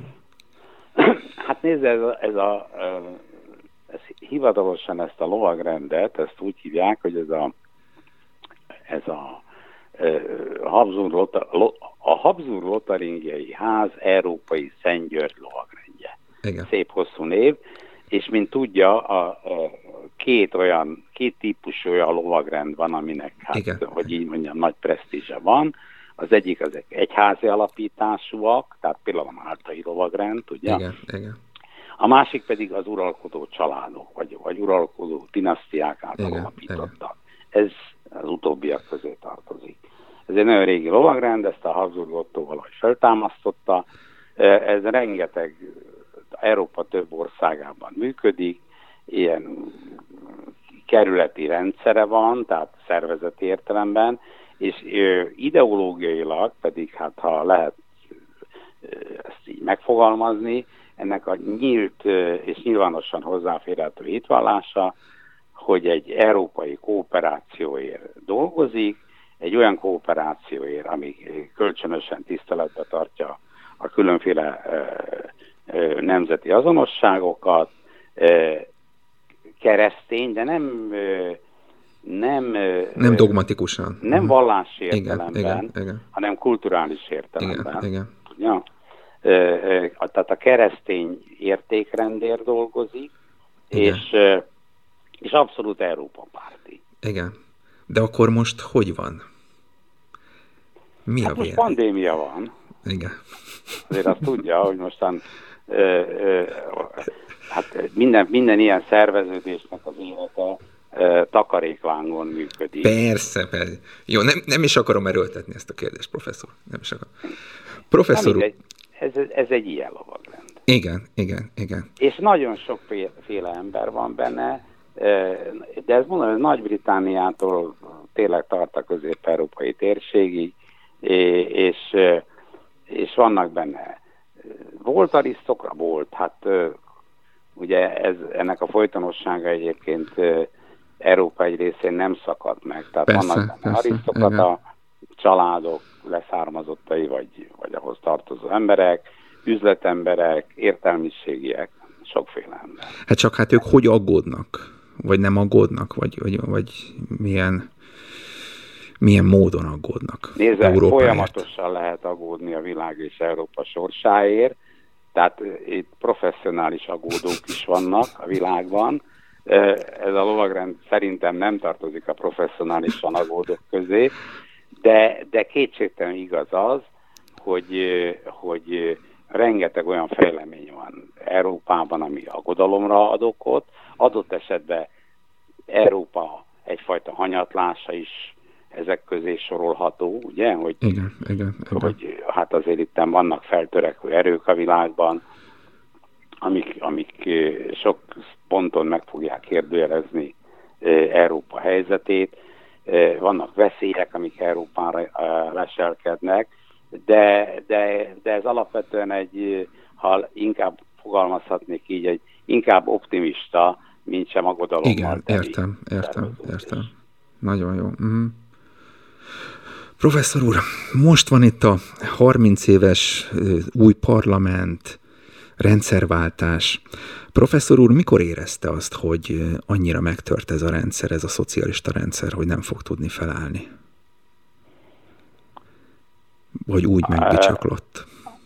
Hát nézd, ez a, ez a ez hivatalosan ezt a lovagrendet, ezt úgy hívják, hogy ez a ez a Habsburg, a Habsburg Lotaringiai Ház Európai Szent György lovagrendje. Igen. Szép hosszú név, és mint tudja, a, a két olyan, két típusú olyan lovagrend van, aminek, hát, igen. hogy így mondjam, nagy presztízse van. Az egyik az egyházi alapításúak, tehát például a máltai lovagrend, ugye? Igen, igen. A másik pedig az uralkodó családok, vagy, vagy uralkodó dinasztiák által igen, alapítottak. Igen. Ez az utóbbiak közé tartozik. Ez egy nagyon régi lovagrend, ezt a Habsburg Otto valahogy feltámasztotta, Ez rengeteg Európa több országában működik, ilyen kerületi rendszere van, tehát szervezeti értelemben, és ideológiailag pedig, hát ha lehet ezt így megfogalmazni, ennek a nyílt és nyilvánosan hozzáférhető hitvallása, hogy egy európai kooperációért dolgozik, egy olyan kooperációért, ami kölcsönösen tiszteletbe tartja a különféle nemzeti azonosságokat, keresztény, de nem nem, nem dogmatikusan. Nem vallási értelemben, igen, igen, igen. hanem kulturális értelemben. Igen, igen. Ja. Tehát a keresztény értékrendért dolgozik, és, és abszolút Európa párti. Igen. De akkor most hogy van? Mi hát a most pandémia van. Igen. Azért azt tudja, hogy mostan ö, ö, hát minden, minden ilyen szerveződésnek az élete ö, takaréklángon működik. Persze, persze. Jó, nem, nem is akarom erőltetni ezt a kérdést, professzor. Nem is akarom. Professzor úr. Ez, ez egy ilyen lovagrend. Igen, igen, igen. És nagyon sokféle ember van benne, de ez mondom, hogy Nagy-Britanniától tényleg tart a közép-európai térségig, és, és vannak benne, volt arisztokra, volt, hát ugye ez, ennek a folytonossága egyébként Európa egy részén nem szakad meg, tehát persze, vannak benne arisztokrata családok, leszármazottai, vagy, vagy ahhoz tartozó emberek, üzletemberek, értelmiségiek, sokféle ember. Hát csak hát ők hogy aggódnak? Vagy nem aggódnak? Vagy, vagy, vagy milyen, milyen módon aggódnak? Nézd, folyamatosan lehet aggódni a világ és Európa sorsáért, tehát itt professzionális aggódók is vannak a világban. Ez a lovagrend szerintem nem tartozik a professzionálisan aggódók közé, de, de kétségtelenül igaz az, hogy, hogy rengeteg olyan fejlemény van Európában, ami aggodalomra ad okot. Adott esetben Európa egyfajta hanyatlása is ezek közé sorolható, ugye? Hogy, igen, igen, igen. hogy hát azért itt vannak feltörekvő erők a világban, amik, amik sok ponton meg fogják kérdőjelezni Európa helyzetét. Vannak veszélyek, amik Európára leselkednek, de, de, de ez alapvetően egy, ha inkább fogalmazhatnék így, egy inkább optimista, mint sem aggodalommal. Igen, értem, értem, értem. Nagyon jó. Mm. Professzor úr, most van itt a harminc éves új parlament, rendszerváltás. Professzor úr, mikor érezte azt, hogy annyira megtört ez a rendszer, ez a szocialista rendszer, hogy nem fog tudni felállni? Vagy úgy megbicsaklott?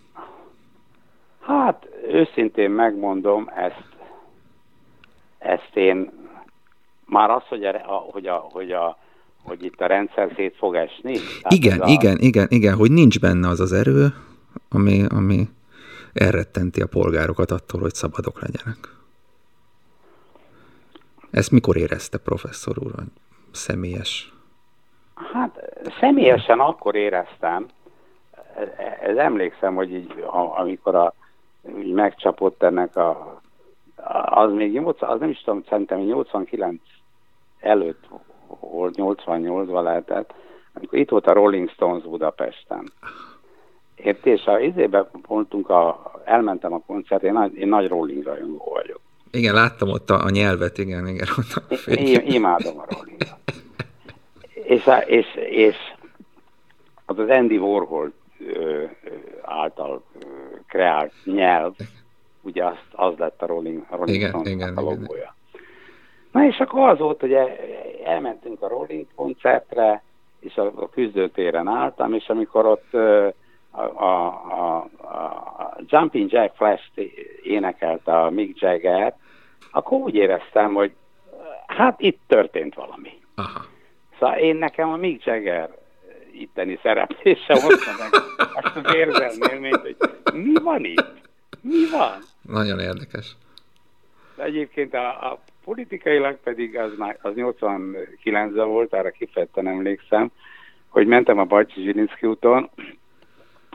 Hát, őszintén megmondom, ezt, ezt én már az, hogy, a, hogy, a, hogy, a, hogy itt a rendszer szét fog esni. Igen, a... igen, igen, igen, hogy nincs benne az az erő, ami, ami elrettenti a polgárokat attól, hogy szabadok legyenek. Ezt mikor érezte, professzor úr, személyes? Hát személyesen akkor éreztem, ez emlékszem, hogy így, amikor a, így megcsapott ennek a, az még nyolc, az nem is tudom, szerintem nyolcvankilenc előtt volt, nyolcvannyolcban lehetett, amikor itt volt a Rolling Stones Budapesten. Ért, és a izébe voltunk, a, elmentem a koncertre, én nagy, én nagy Rolling rajongó vagyok. Igen, láttam ott a, a nyelvet, igen, igen. Én imádom a Rollingot. és, és, és az az Andy Warhol ö, által ö, kreált nyelv, ugye az, az lett a Rolling, a Rolling Stones a logója. Na és akkor az volt, hogy elmentünk a Rolling koncertre, és a, a küzdőtéren álltam, és amikor ott ö, a, a, a, a Jumping Jack Flash-t énekelte a Mick Jagger, akkor úgy éreztem, hogy hát itt történt valami. Aha. Szóval én nekem a Mick Jagger itteni szereplése hozta meg azt az érzelmi élményt, hogy mi van itt? Mi van? Nagyon érdekes. De egyébként a, a politikailag pedig az, az nyolcvankilencben volt, arra kifejezetten emlékszem, hogy mentem a Bajcsi Zsilinszky úton,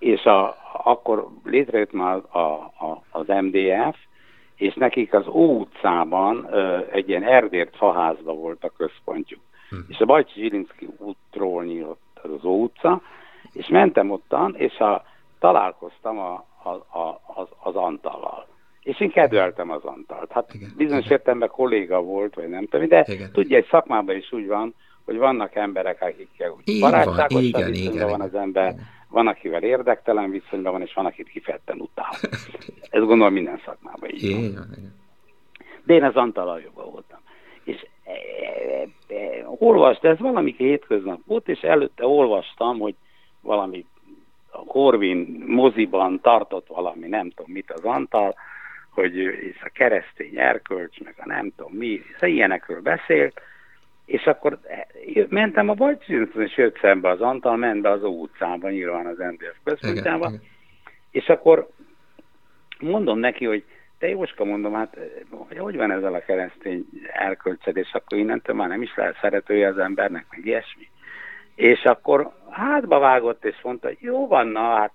és a, akkor létrejött már a, a, az em dé ef, és nekik az Ó utcában ö, egy ilyen erdért faházba volt a központjuk. Hm. És a Bajcsy Zsilinszky útról nyílt az Ó utca, és mentem ottan, és a, találkoztam a, a, a, az, az Antallal. És én kedveltem az Antalt. Hát igen, bizonyos igen. értelemben kolléga volt, vagy nem tudom, de igen. tudja, egy szakmában is úgy van, hogy vannak emberek, akikkel úgy barátságosan viszonyban van az ember, igen. van, akivel érdektelen viszonyban van, és van, akit kifejezetten utál. Ez gondolom minden szakmában így igen, van. Igen. De én az Antallal jobban voltam. És e, e, e, olvast, ez valami hétköznap volt, és előtte olvastam, hogy valami a Corvin moziban tartott valami, nem tudom mit az Antall, hogy és a keresztény erkölcs, meg a nem tudom mi, szóval ilyenekről beszélt, és akkor mentem a Bajcsy, és jött szembe az Antall, ment be az Ó utcába, nyilván az em dé ef központjába, igen, igen. és akkor mondom neki, hogy te Jóska, mondom, hát hogy, hogy van ezzel a keresztény erkölcsed, és akkor innentől már nem is lehet szeretője az embernek, meg ilyesmi. És akkor hátba vágott, és mondta, hogy jó van, na hát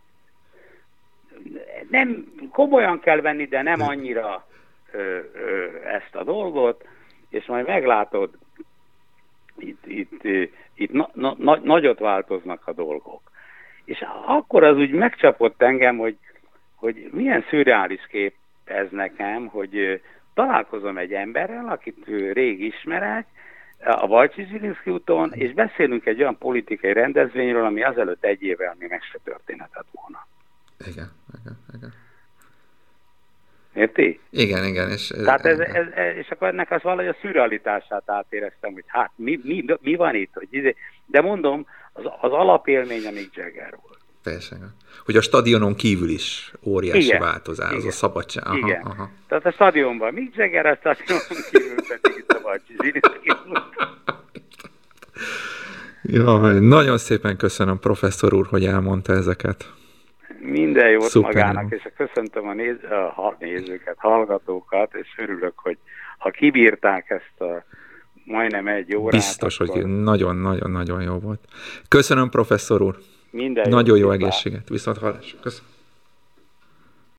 nem, komolyan kell venni, de nem annyira ö, ö, ezt a dolgot, és majd meglátod, itt, itt, itt na, na, na, nagyot változnak a dolgok. És akkor az úgy megcsapott engem, hogy, hogy milyen szürreális kép ez nekem, hogy találkozom egy emberrel, akit rég ismerek, a Bajcsy Zsilinszky úton, és beszélünk egy olyan politikai rendezvényről, ami azelőtt egy évvel még meg se történhetett volna. Igen, igen, igen. Érti? Igen, igen. És, Tehát ez, ez, ez, és akkor ennek az valahogy a szürrealitását átéreztem, hogy hát mi, mi, mi van itt? Hogy, de mondom, az, az alapélmény a Mick Jagger volt. Teljesen. Hogy a stadionon kívül is óriási igen, változás, igen, az a szabadság. Aha, igen. Aha. Tehát a stadionban Mick Jagger, a stadionon kívül pedig itt a Bajcsy Zsilinszky. Ja, nagyon szépen köszönöm, professzor úr, hogy elmondta ezeket. Minden jót szuper magának, jó. És köszöntöm a, néz, a nézőket, hallgatókat, és örülök, hogy ha kibírták ezt a majdnem egy órát. Biztos, akkor... hogy nagyon-nagyon-nagyon jó volt. Köszönöm, professzor úr. Minden nagyon jó, jó egészséget. Viszont hallásra. Köszönöm.